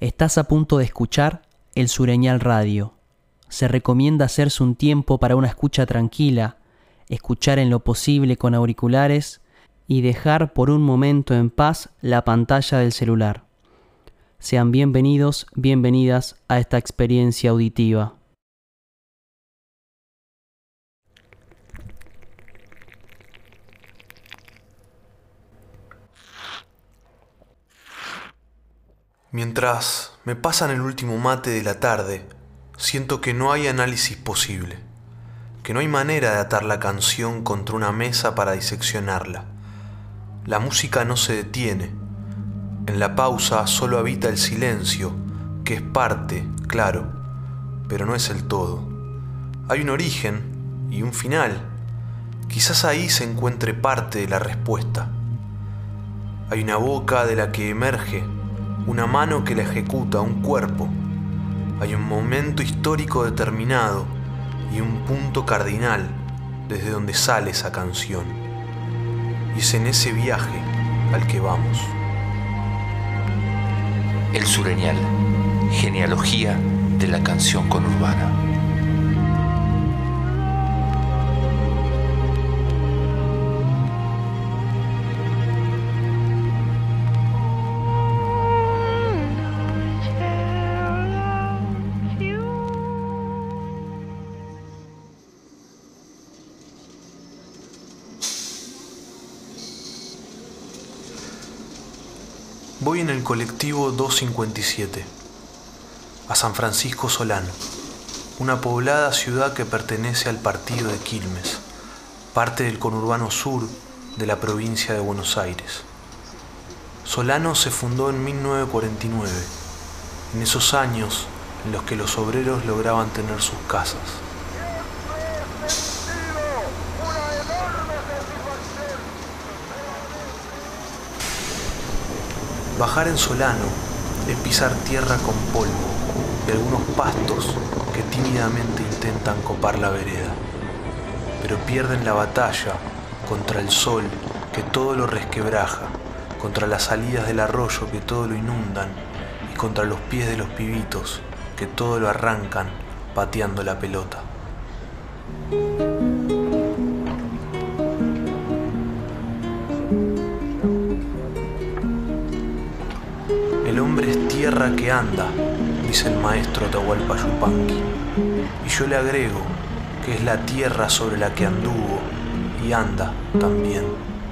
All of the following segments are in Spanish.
Estás a punto de escuchar El Sureñal Radio. Se recomienda hacerse un tiempo para una escucha tranquila, escuchar en lo posible con auriculares y dejar por un momento en paz la pantalla del celular. Sean bienvenidos, bienvenidas a esta experiencia auditiva. Mientras me pasan el último mate de la tarde, siento que no hay análisis posible, que no hay manera de atar la canción contra una mesa para diseccionarla. La música no se detiene. En la pausa solo habita el silencio, que es parte, claro, pero no es el todo. Hay un origen y un final. Quizás ahí se encuentre parte de la respuesta. Hay una boca de la que emerge, una mano que la ejecuta, un cuerpo. Hay un momento histórico determinado y un punto cardinal desde donde sale esa canción. Y es en ese viaje al que vamos. El Sureñal, genealogía de la canción conurbana. Voy en el colectivo 257 a San Francisco Solano, una poblada ciudad que pertenece al partido de Quilmes, parte del conurbano sur de la provincia de Buenos Aires. Solano se fundó en 1949, en esos años en los que los obreros lograban tener sus casas. Bajar en Solano es pisar tierra con polvo y algunos pastos que tímidamente intentan copar la vereda, pero pierden la batalla contra el sol que todo lo resquebraja, contra las salidas del arroyo que todo lo inundan y contra los pies de los pibitos que todo lo arrancan pateando la pelota. El hombre es tierra que anda, dice el maestro Atahualpa Yupanqui, y yo le agrego que es la tierra sobre la que anduvo y anda también.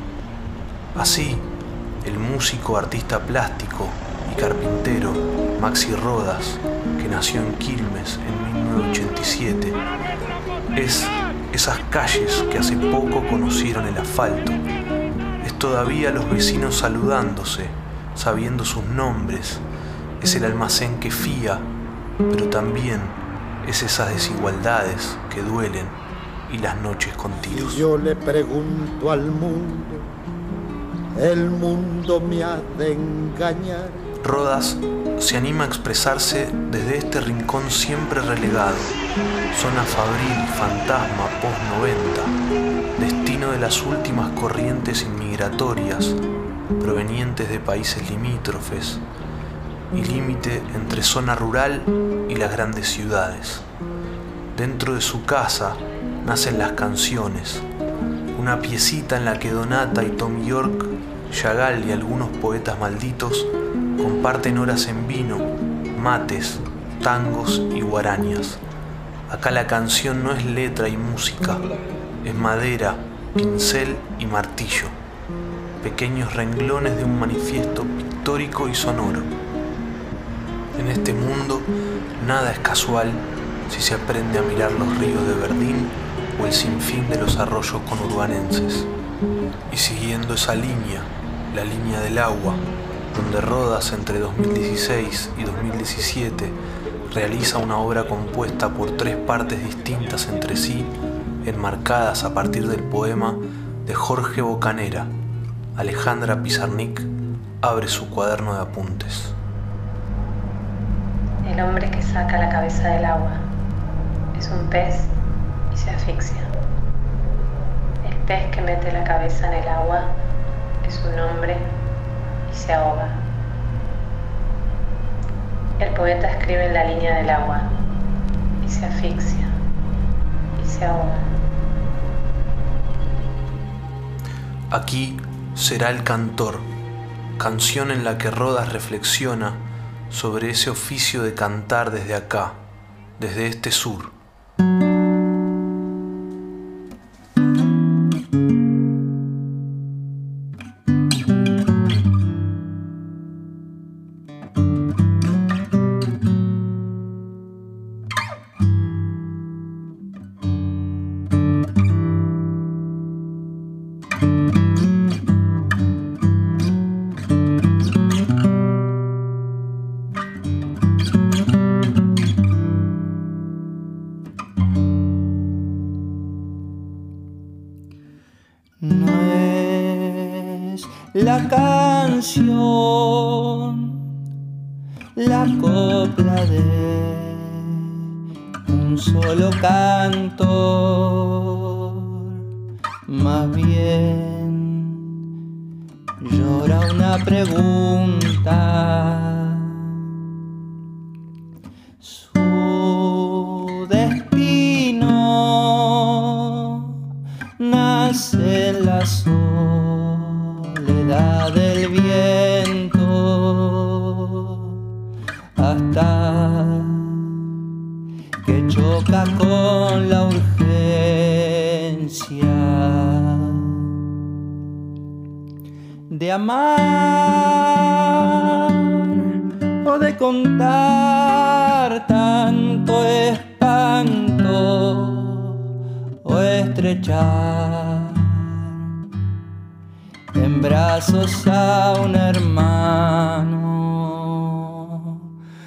Así, el músico, artista plástico y carpintero Maxi Rodas, que nació en Quilmes en 1987, es esas calles que hace poco conocieron el asfalto. Es todavía los vecinos saludándose, sabiendo sus nombres. Es el almacén que fía, pero también es esas desigualdades que duelen y las noches con tiros. Si yo le pregunto al mundo, el mundo me ha de engañar. Rodas se anima a expresarse desde este rincón siempre relegado, zona fabril, fantasma, post-90, destino de las últimas corrientes inmigratorias provenientes de países limítrofes y límite entre zona rural y las grandes ciudades. Dentro de su casa nacen las canciones, una piecita en la que Donata y Tom York, Chagall y algunos poetas malditos comparten horas en vino, mates, tangos y guarañas. Acá la canción no es letra y música, es madera, pincel y martillo, pequeños renglones de un manifiesto pictórico y sonoro. En este mundo nada es casual si se aprende a mirar los ríos de Verdín o el sinfín de los arroyos conurbanenses. Y siguiendo esa línea, la línea del agua, donde Rodas entre 2016 y 2017 realiza una obra compuesta por 3 partes distintas entre sí, enmarcadas a partir del poema de Jorge Bocanera, Alejandra Pizarnik abre su cuaderno de apuntes. El hombre que saca la cabeza del agua es un pez y se asfixia. El pez que mete la cabeza en el agua es un hombre y se ahoga. poeta escribe en la línea del agua y se asfixia y se ahoga. Aquí será el cantor, canción en la que Rodas reflexiona sobre ese oficio de cantar desde acá, desde este sur. No es la canción, la copla de un solo cantor, más bien llora una pregunta. Su destino nace en la soledad del viento hasta que choca con la urgencia de amar o de contar tanto espanto o estrechar en brazos a un hermano,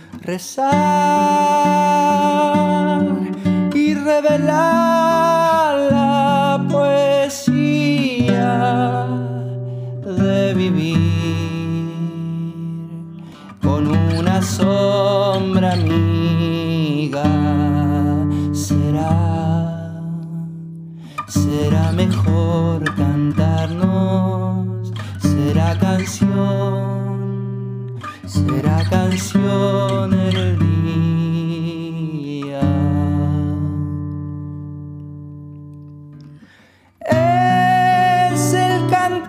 rezar y revelar la poesía de vivir con una sombra amiga. Será mejor cantarnos, será canción el día. Es el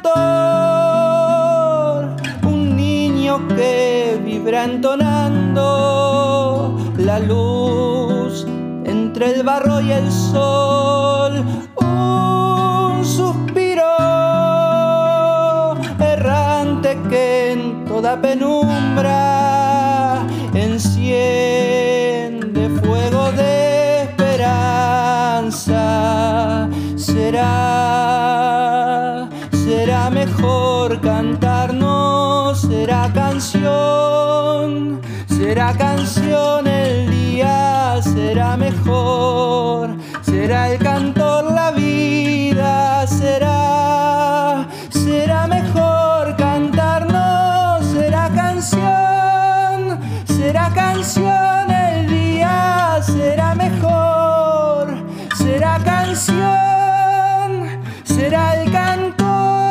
cantor, un niño que vibra entonando la luz entre el barro y el sol. Un suspiro errante que en toda penumbra enciende fuego de esperanza. Será mejor cantarnos, será canción el día, será mejor, será el cantor la vida, será mejor cantarnos, será canción el día, será mejor, será canción, será el cantor.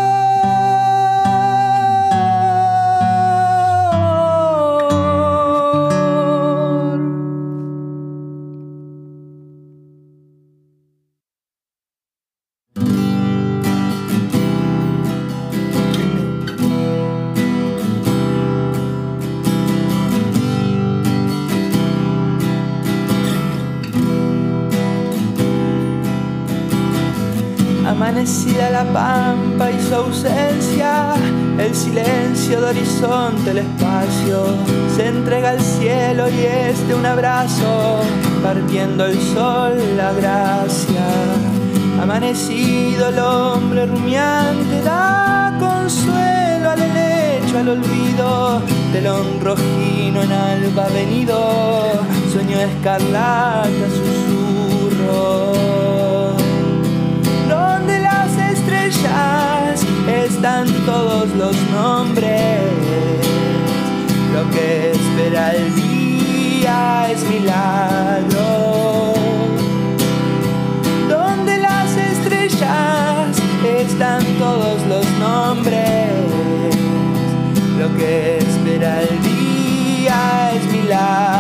Amanecida la pampa y su ausencia, el silencio de horizonte, el espacio, se entrega al cielo y es de un abrazo, partiendo el sol la gracia. Amanecido el hombre rumiante da consuelo al helecho, al olvido del rojino en alba venido, sueño escarlata, susurro. Donde las estrellas están todos los nombres, lo que espera el día es milagro. Donde las estrellas están todos los nombres, lo que espera el día es milagro.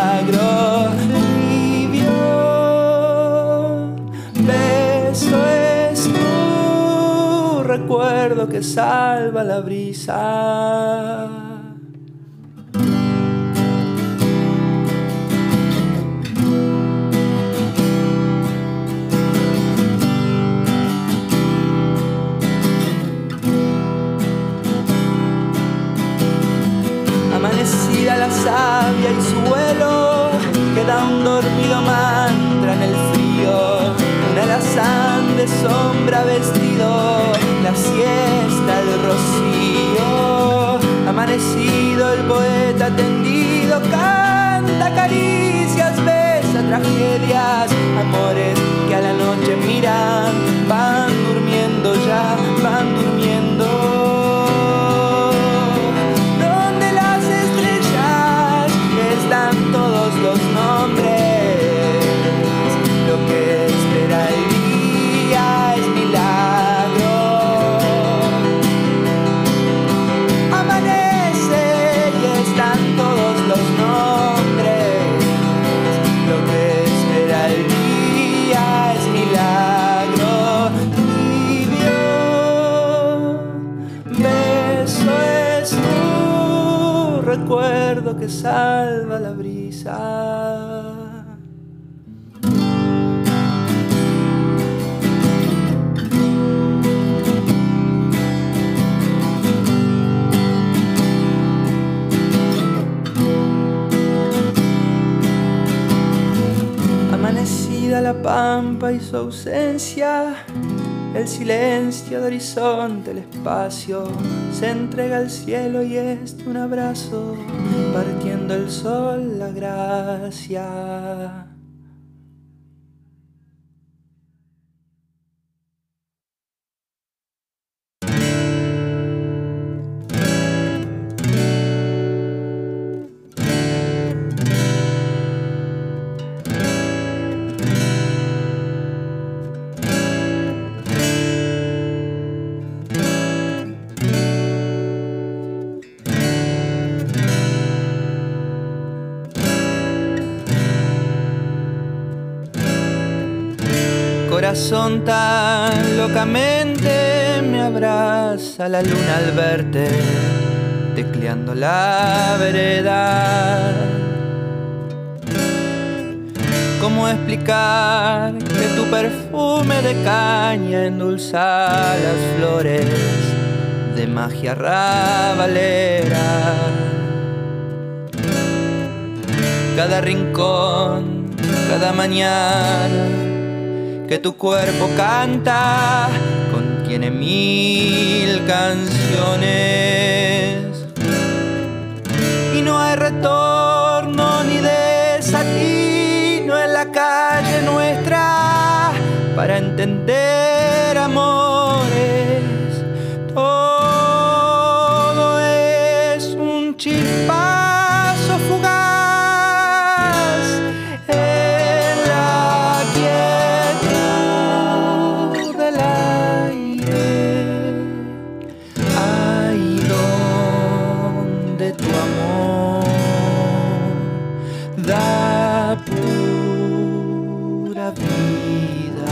recuerdo que salva la brisa. Amanecida la savia y su vuelo, queda un dormido mantra en el frío, un alazán de sombra vestido, la siesta del rocío. Amanecido el poeta tendido, canta caricias, besa tragedias, amores que a la noche miran, van durmiendo ya, van durmiendo. Todos los nombres, lo que espera el día es milagro. Amanece y están todos los nombres, lo que espera el día es milagro. Tibio beso es tu recuerdo que salva la brisa. Amanecida la pampa y su ausencia, el silencio de horizonte, el espacio, se entrega al cielo y es un abrazo, partiendo el sol la gracia. Corazón tan locamente me abraza la luna al verte, tecleando la vereda. ¿Cómo explicar que tu perfume de caña endulza las flores de magia rabalera? Cada rincón, cada mañana que tu cuerpo canta contiene 1000 canciones y no hay retorno ni desatino en la calle nuestra para entender amores. Todo es un chispazo fugaz en la quietud del aire, ahí donde tu amor da pura vida.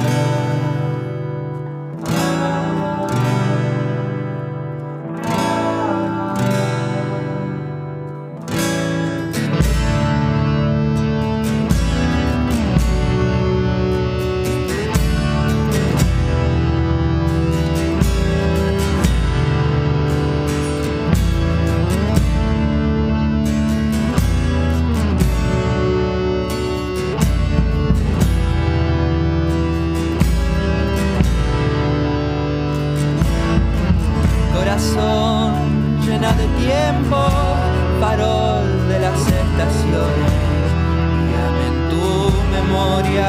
Corazón llena de tiempo, farol de las estaciones, guíame en tu memoria,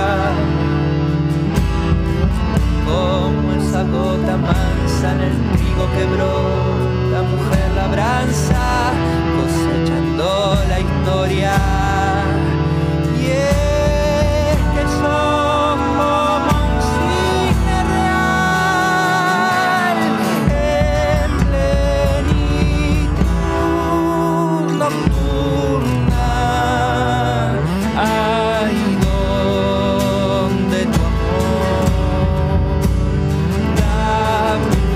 como esa gota mansa en el trigo que brota, mujer labranza, cosechando la historia. Y es que sos como un cisne real, en plenitud nocturna, ahí donde tu amor da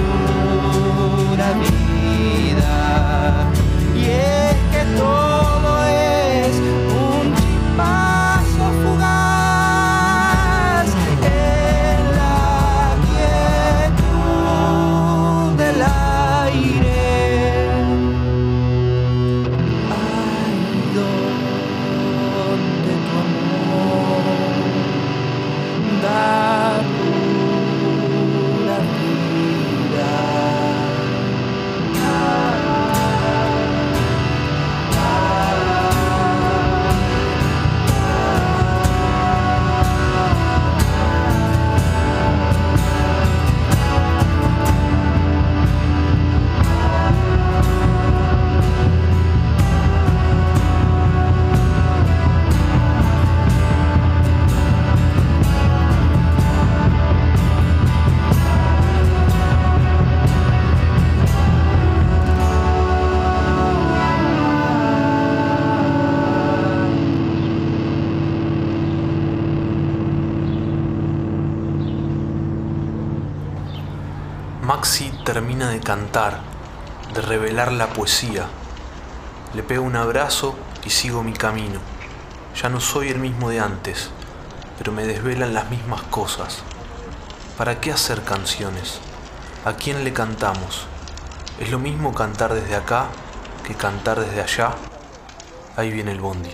termina de cantar, de revelar la poesía. Le pego un abrazo y sigo mi camino. Ya no soy el mismo de antes, pero me desvelan las mismas cosas. ¿Para qué hacer canciones? ¿A quién le cantamos? ¿Es lo mismo cantar desde acá que cantar desde allá? Ahí viene el bondi.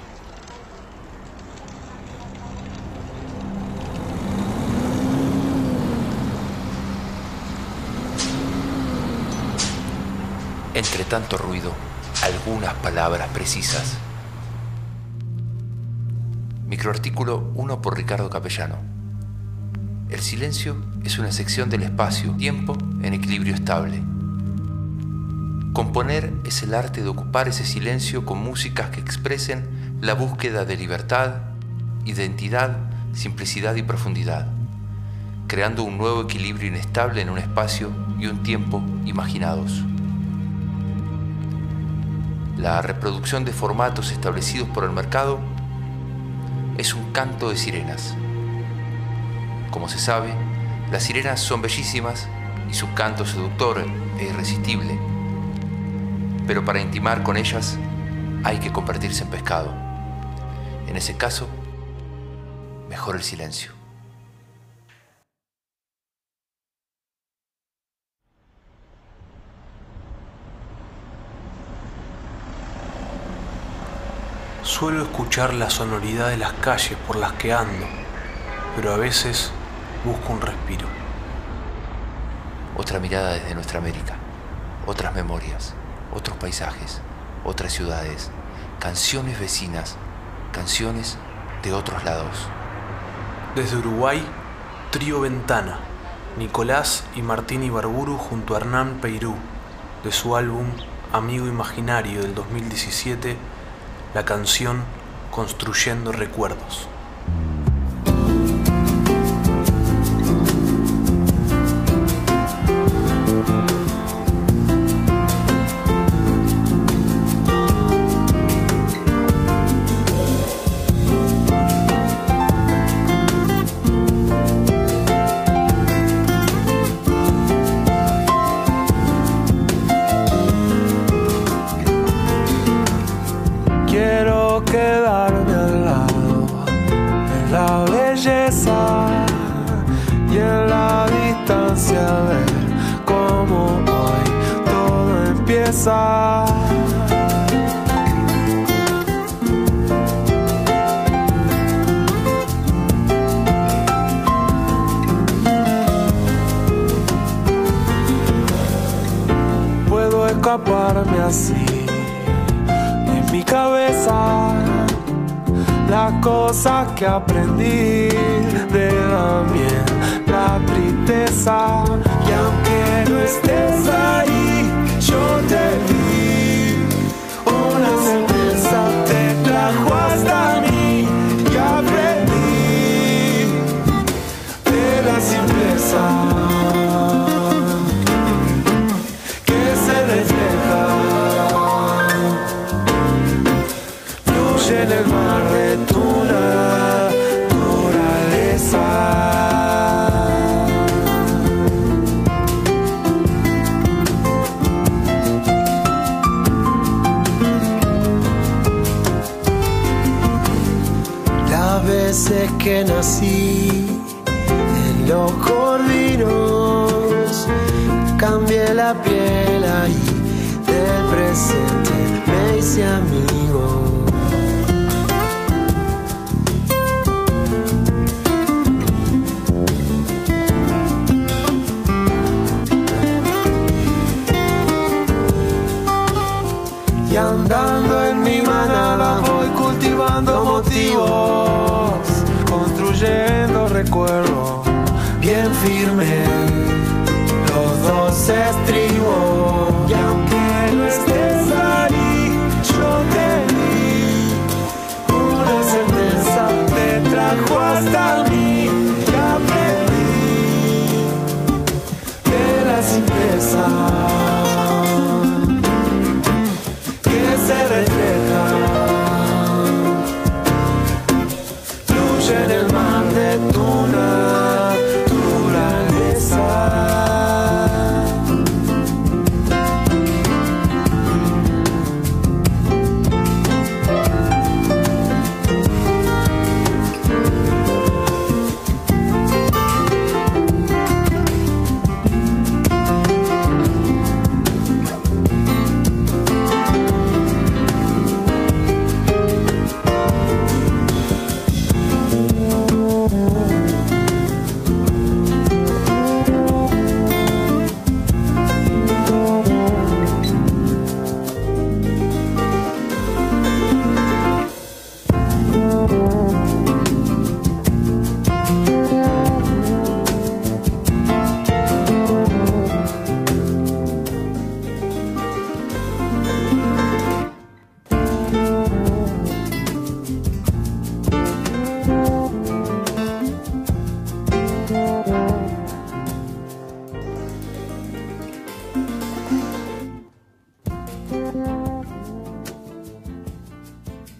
Entre tanto ruido, algunas palabras precisas. Microartículo 1 por Ricardo Capellano. El silencio es una sección del espacio-tiempo en equilibrio estable. Componer es el arte de ocupar ese silencio con músicas que expresen la búsqueda de libertad, identidad, simplicidad y profundidad, creando un nuevo equilibrio inestable en un espacio y un tiempo imaginados. La reproducción de formatos establecidos por el mercado es un canto de sirenas. Como se sabe, las sirenas son bellísimas y su canto seductor e irresistible. Pero para intimar con ellas hay que convertirse en pescado. En ese caso, mejor el silencio. Suelo escuchar la sonoridad de las calles por las que ando, pero a veces busco un respiro. Otra mirada desde nuestra América, otras memorias, otros paisajes, otras ciudades, canciones vecinas, canciones de otros lados. Desde Uruguay, Trío Ventana, Nicolás y Martín Ibarburu junto a Hernán Peirú, de su álbum Amigo Imaginario del 2017, la canción Construyendo Recuerdos. Quedarme al lado de la belleza y en la distancia ver cómo hoy todo empieza. Puedo escaparme así en mi cabeza, las cosas que aprendí de también la tristeza. Y aunque no estés ahí, yo te vi. Una certeza te trajo hasta mí y aprendí de la simpleza que se refleja en el mar de tu naturaleza. Las veces que nací en los corvinos, cambié la piel ahí del presente, me hice amigo. Y andando en mi manada voy cultivando motivos, construyendo recuerdos bien firmes, los dos estribos. Y aunque no estés ahí, yo te vi. Una certeza te trajo hasta mí y aprendí de la simpleza se refleja, fluye en el mar de tu naturaleza.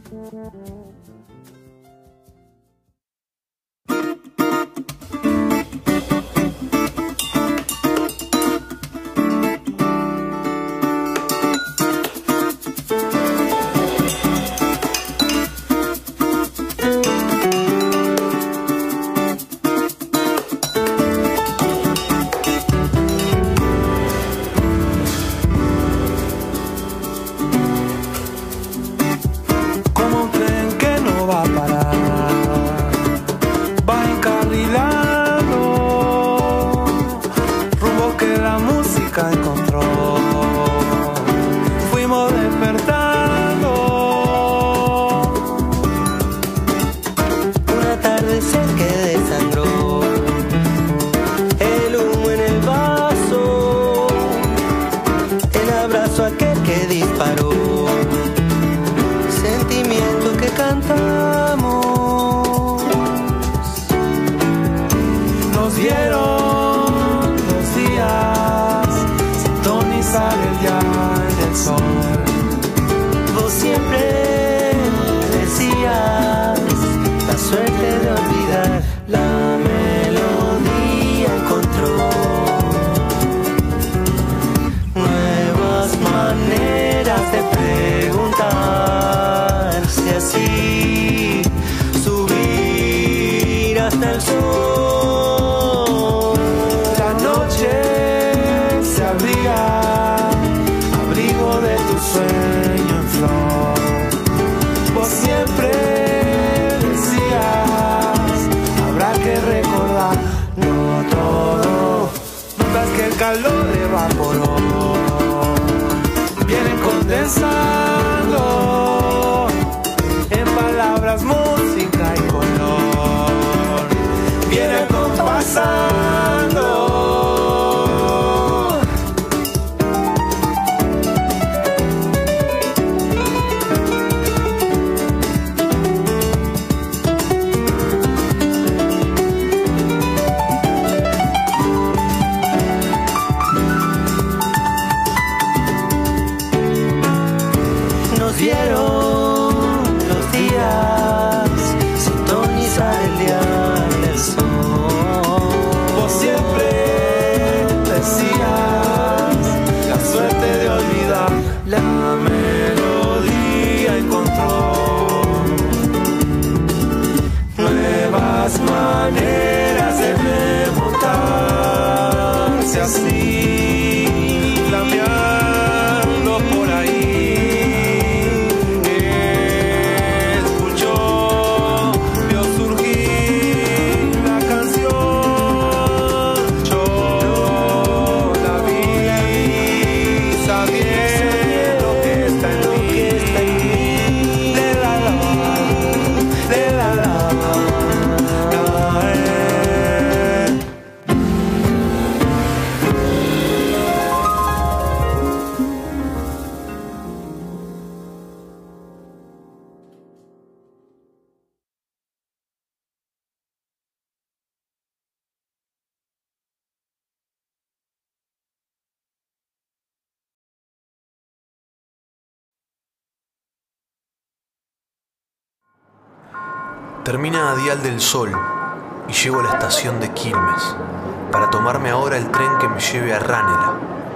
Termina Dial del Sol y llego a la estación de Quilmes para tomarme ahora el tren que me lleve a Ranela,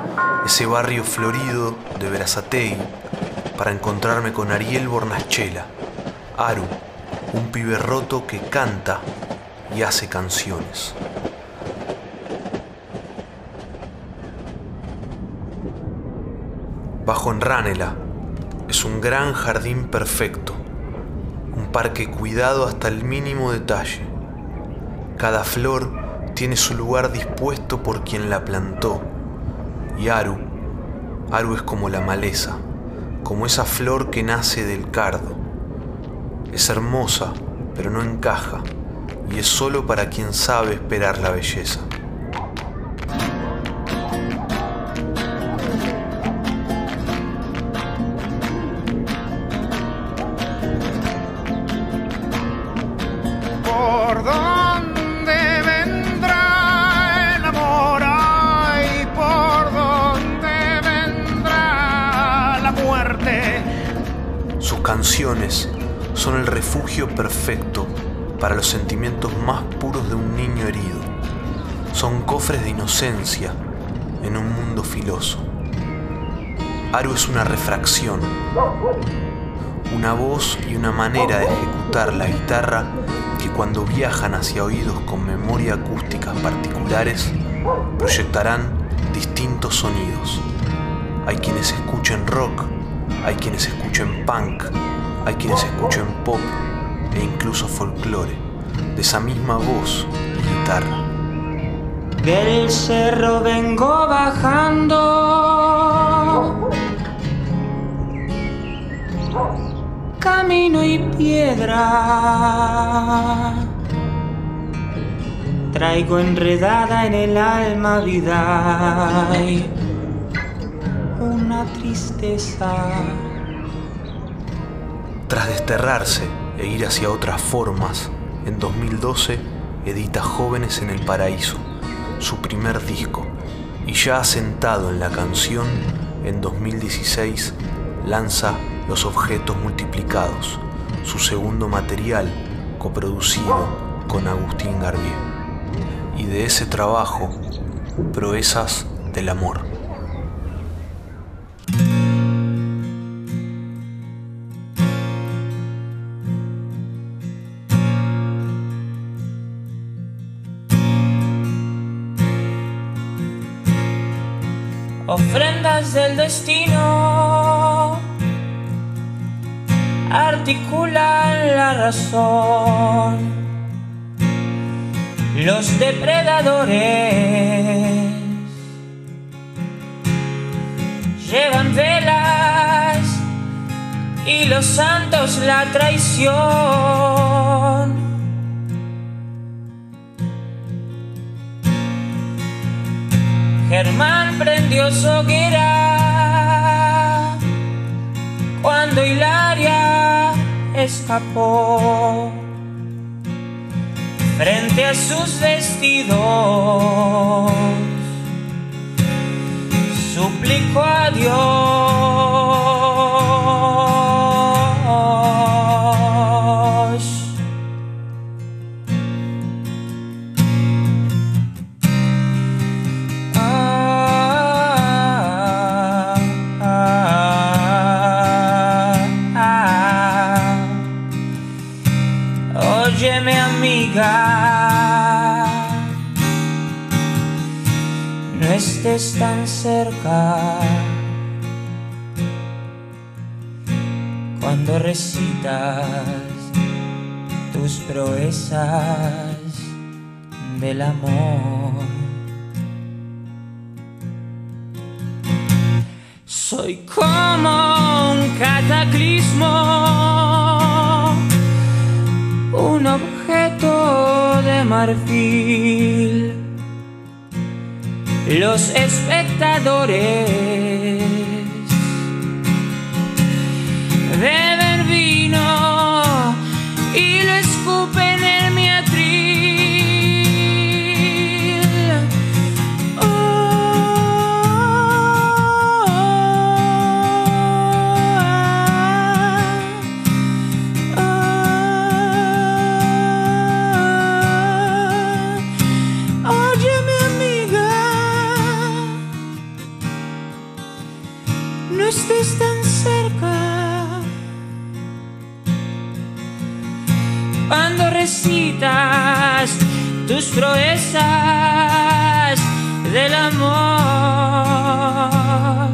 ese barrio florido de Berazategui, para encontrarme con Ariel Bornachela, Aru, un pibe roto que canta y hace canciones. Bajo en Ranela es un gran jardín perfecto, un parque cuidado hasta el mínimo detalle. Cada flor tiene su lugar dispuesto por quien la plantó. Y Aru es como la maleza, como esa flor que nace del cardo. Es hermosa, pero no encaja, y es solo para quien sabe esperar la belleza. Canciones son el refugio perfecto para los sentimientos más puros de un niño herido. Son cofres de inocencia en un mundo filoso. Aru es una refracción, una voz y una manera de ejecutar la guitarra que cuando viajan hacia oídos con memoria acústicas particulares proyectarán distintos sonidos. Hay quienes escuchen rock, hay quienes escuchen punk, hay quienes escuchen pop e incluso folclore, de esa misma voz y guitarra. Del cerro vengo bajando, camino y piedra, traigo enredada en el alma vida y una tristeza. Tras desterrarse e ir hacia otras formas, en 2012 edita Jóvenes en el Paraíso, su primer disco, y ya asentado en la canción, en 2016 lanza Los Objetos Multiplicados, su segundo material coproducido con Agustín Garbier. Y de ese trabajo, Proezas del Amor. Ofrendas del destino articulan la razón. Los depredadores llevan velas y los santos la traición. Germán prendió su hoguera cuando Hilaria escapó. Frente a sus vestidos suplicó a Dios. Óyeme, amiga, no estés tan cerca cuando recitas tus proezas del amor. Soy como un cataclismo, un objeto de marfil. Los espectadores beben vino y lo escupen en mi atril. Óyeme, amiga, no estés tan cerca cuando recitas tus proezas del amor.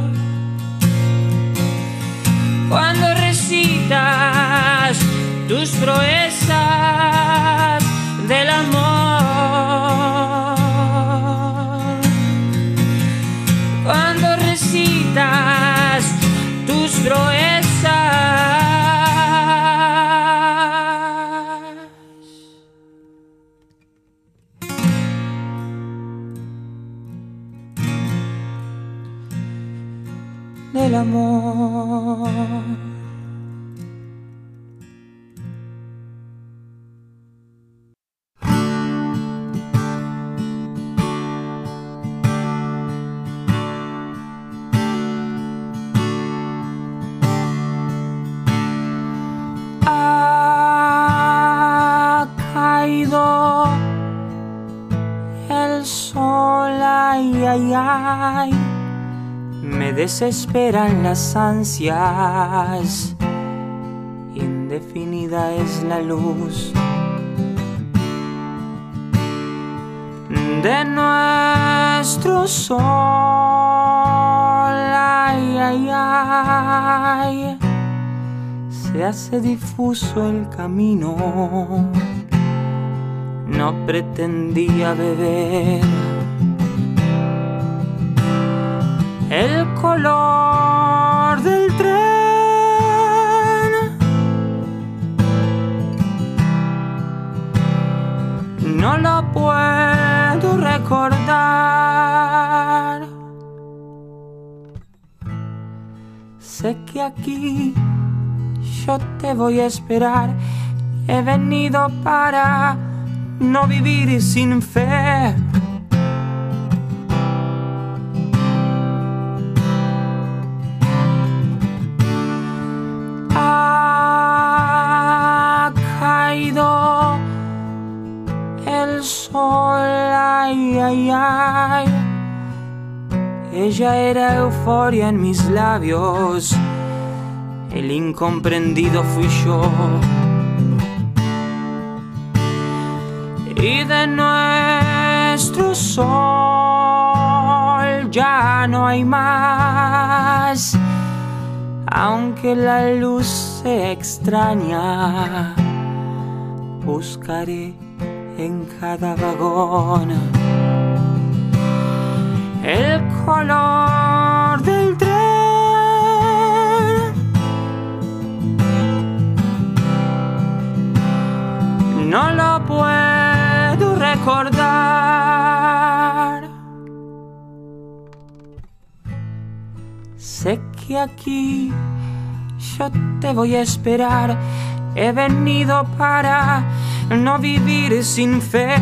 Cuando recitas tus proezas del amor. Cuando recitas tus proezas del amor. desesperan las ansias. Indefinida es la luz de nuestro sol. Ay, ay, ay. Se hace difuso el camino. No pretendía beber el color del tren. No lo puedo recordar. Sé que aquí yo te voy a esperar. He venido para no vivir sin fe. Ha caído el sol, ay, ay, ay. Ella era euforia en mis labios. El incomprendido fui yo. Y de nuestro sol ya no hay más. Aunque la luz sea extraña, buscaré en cada vagón el color del tren. No lo puedo recordar. Sé que aquí yo te voy a esperar. He venido para no vivir sin fe.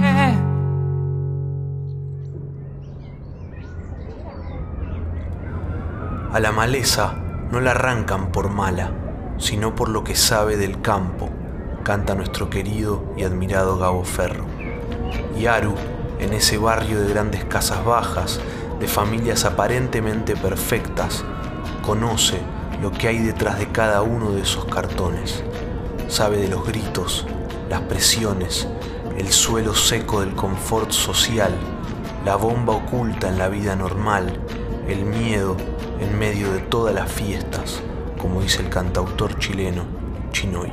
A la maleza no la arrancan por mala, sino por lo que sabe del campo, canta nuestro querido y admirado Gabo Ferro. Y Aru, en ese barrio de grandes casas bajas, de familias aparentemente perfectas, conoce lo que hay detrás de cada uno de esos cartones. Sabe de los gritos, las presiones, el suelo seco del confort social, la bomba oculta en la vida normal, el miedo en medio de todas las fiestas, como dice el cantautor chileno Chinoy.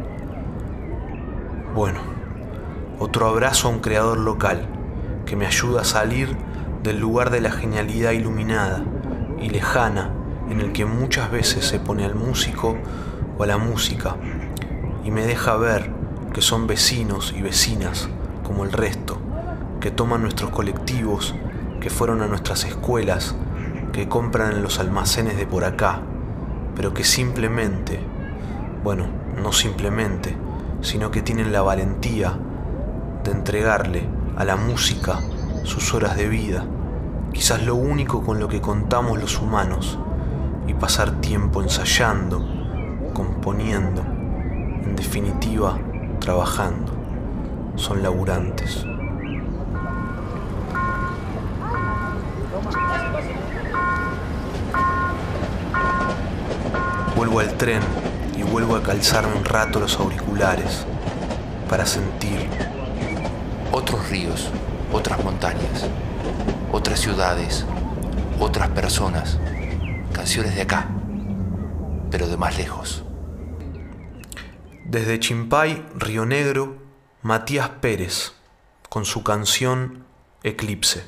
Bueno, otro abrazo a un creador local que me ayuda a salir del lugar de la genialidad iluminada y lejana en el que muchas veces se pone al músico o a la música y me deja ver que son vecinos y vecinas como el resto, que toman nuestros colectivos, que fueron a nuestras escuelas, que compran en los almacenes de por acá, pero que simplemente, bueno, no simplemente, sino que tienen la valentía de entregarle a la música sus horas de vida, quizás lo único con lo que contamos los humanos, y pasar tiempo ensayando, componiendo, en definitiva, trabajando. Son laburantes. Vuelvo al tren y vuelvo a calzarme un rato los auriculares para sentir otros ríos, otras montañas, otras ciudades, otras personas, canciones de acá, pero de más lejos. Desde Chimpay, Río Negro, Matías Pérez, con su canción Eclipse.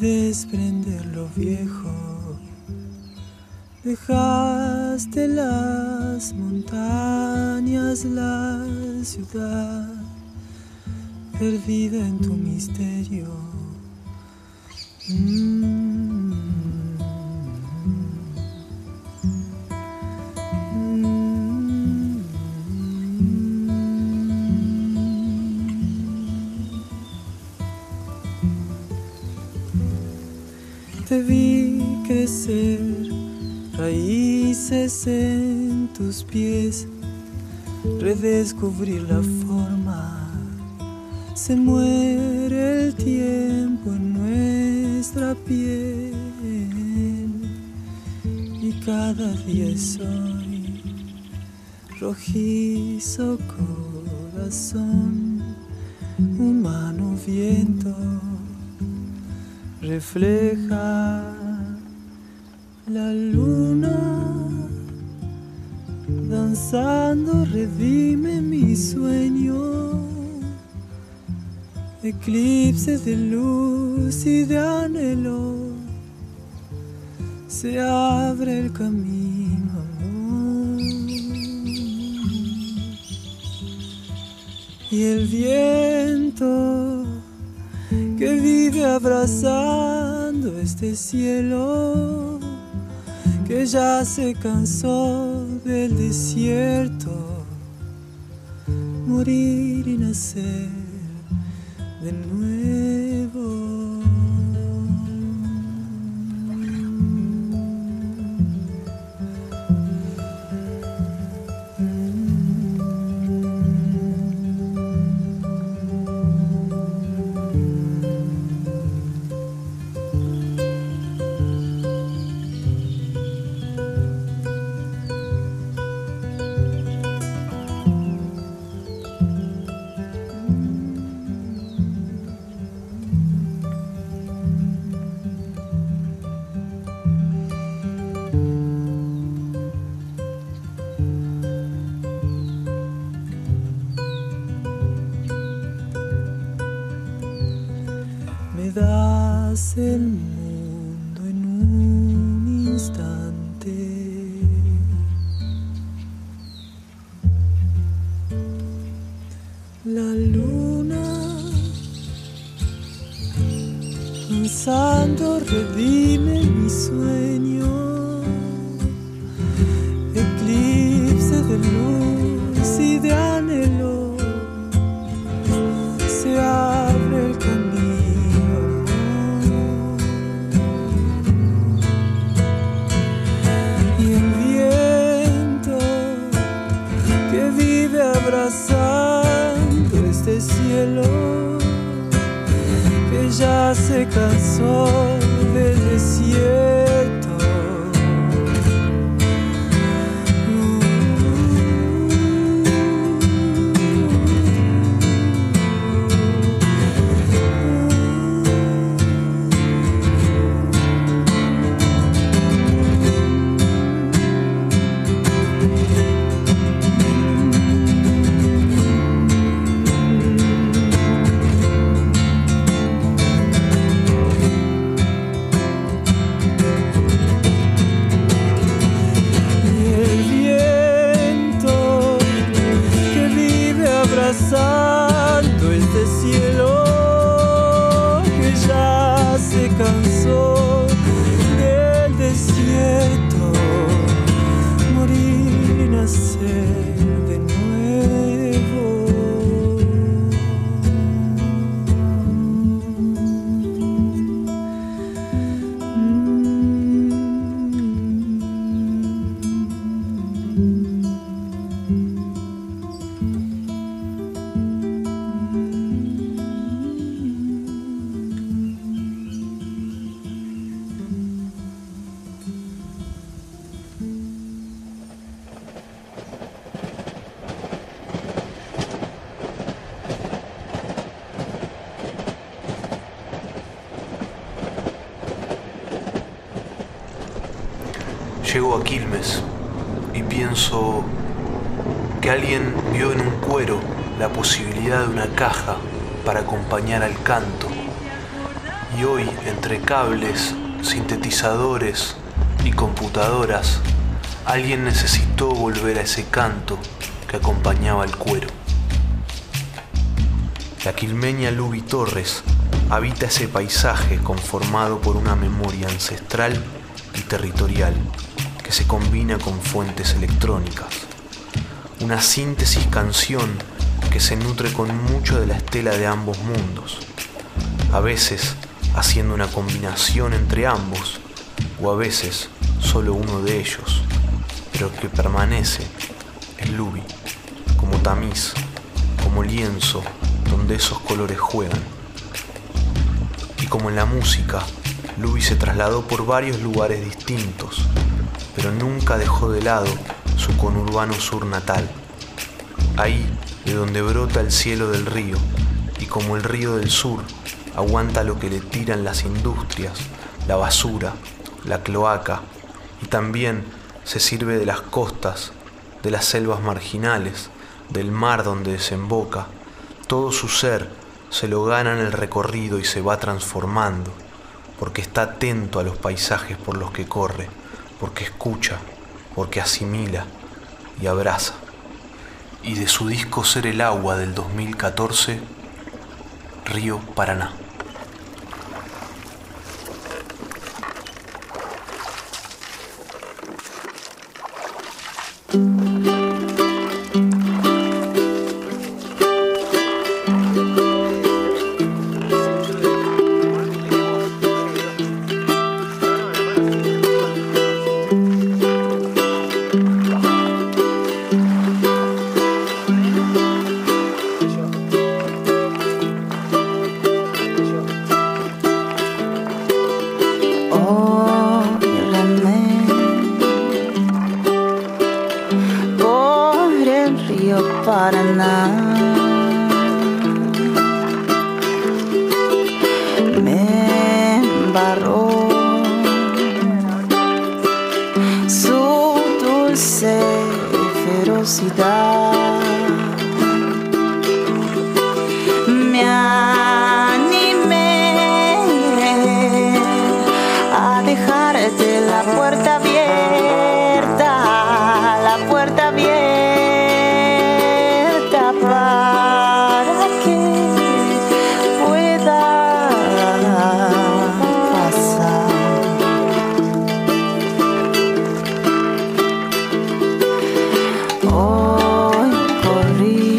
desprender lo viejo. Dejaste las montañas, la ciudad perdida en tu misterio. Te vi crecer, raíces en tus pies, redescubrir la forma. Se muere el tiempo en nuestra piel y cada día es hoy. Rojizo corazón, humano viento, refleja la luna, danzando redime mi sueño. Eclipse de luz y de anhelo, se abre el camino, amor. Y el viento que vive abrazando este cielo, que ya se cansó del desierto, morir y nacer de nuevo. Das el mundo en un instante, la luna danzando redime mi sueño, eclipse de luz y de anhelo, se abre el camino. Abrazando este cielo que ya se cansó del desierto. Abrazando este cielo que ya se cansó del desierto, morir y nacer de nuevo. Llego a Quilmes y pienso que alguien vio en un cuero la posibilidad de una caja para acompañar al canto, Y hoy, entre cables, sintetizadores y computadoras, alguien necesitó volver a ese canto que acompañaba el cuero. La quilmeña Luby Torres habita ese paisaje conformado por una memoria ancestral y territorial que se combina con fuentes electrónicas. Una síntesis canción que se nutre con mucho de la estela de ambos mundos, a veces haciendo una combinación entre ambos, o a veces solo uno de ellos, pero que permanece en Luby, como tamiz, como lienzo donde esos colores juegan. Y como en la música, Luby se trasladó por varios lugares distintos, pero nunca dejó de lado su conurbano sur natal, ahí de donde brota el cielo del río, y como el río del sur aguanta lo que le tiran las industrias, la basura, la cloaca, y también se sirve de las costas, de las selvas marginales, del mar donde desemboca. Todo su ser se lo gana en el recorrido y se va transformando, porque está atento a los paisajes por los que corre, porque escucha, porque asimila y abraza. Y de su disco Ser el Agua del 2014, Río Paraná. Paraná, me embarró su dulce ferocidad. Me animé a dejarte la puerta abierta, la puerta abierta, para que pueda pasar. Hoy corrí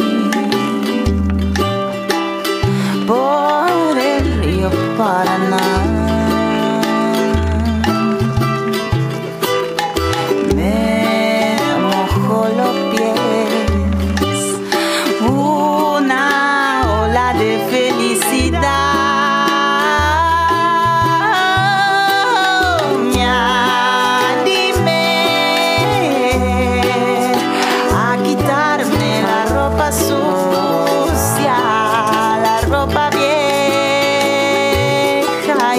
por el río Paraná, me mojó los pies una ola de felicidad. Me animé a quitarme la ropa sucia, la ropa vieja,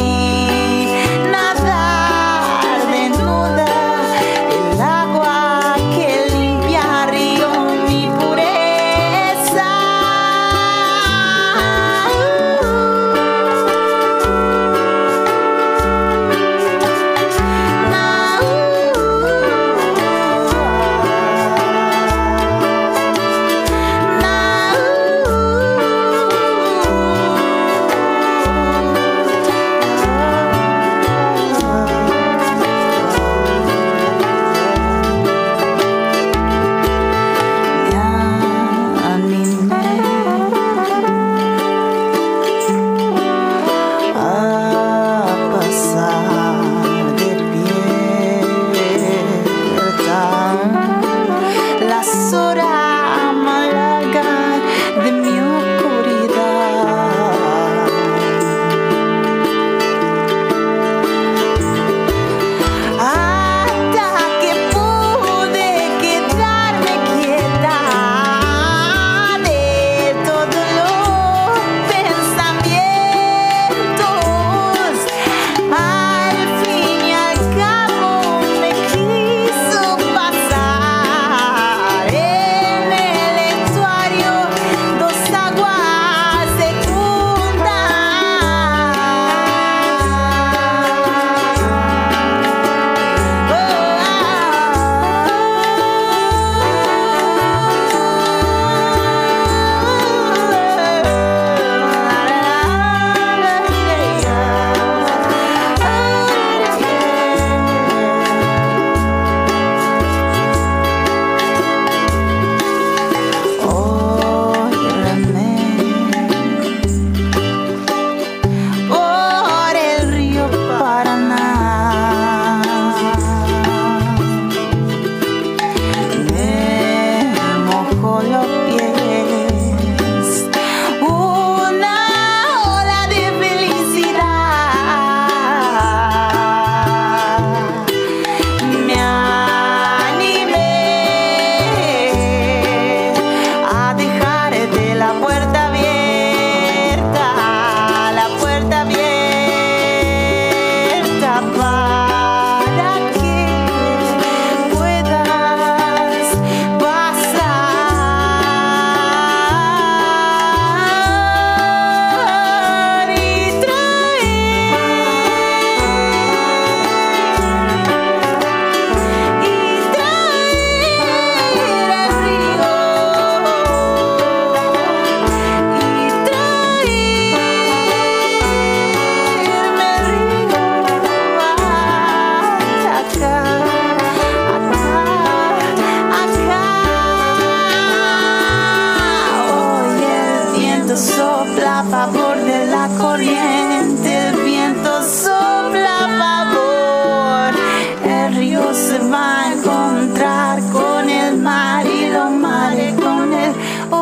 sopla a favor de la corriente, el viento sopla a favor. El río se va a encontrar con el mar y los mares con el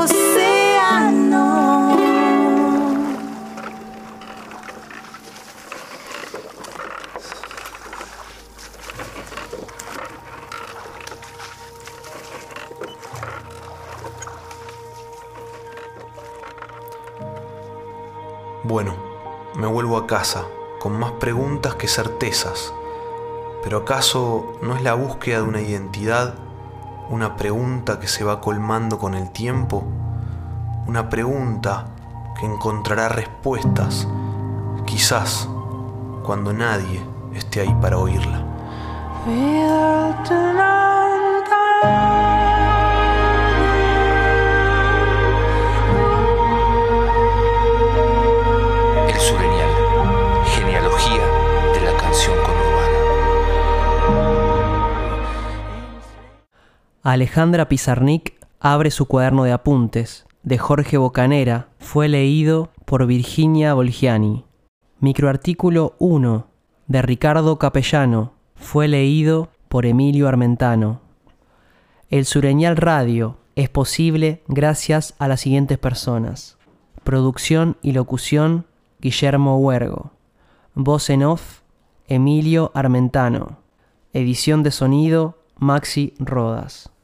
océano. Bueno, me vuelvo a casa, con más preguntas que certezas. ¿Pero acaso no es la búsqueda de una identidad una pregunta que se va colmando con el tiempo? Una pregunta que encontrará respuestas, quizás cuando nadie esté ahí para oírla. El Sureñal, genealogía de la canción conurbana. Alejandra Pizarnik abre su cuaderno de apuntes, de Jorge Bocanera, fue leído por Virginia Volgiani. Microartículo 1, de Ricardo Capellano, fue leído por Emilio Armentano. El Sureñal Radio es posible gracias a las siguientes personas. Producción y locución, Guillermo Huergo. Voz en off, Emilio Armentano. Edición de sonido, Maxi Rodas.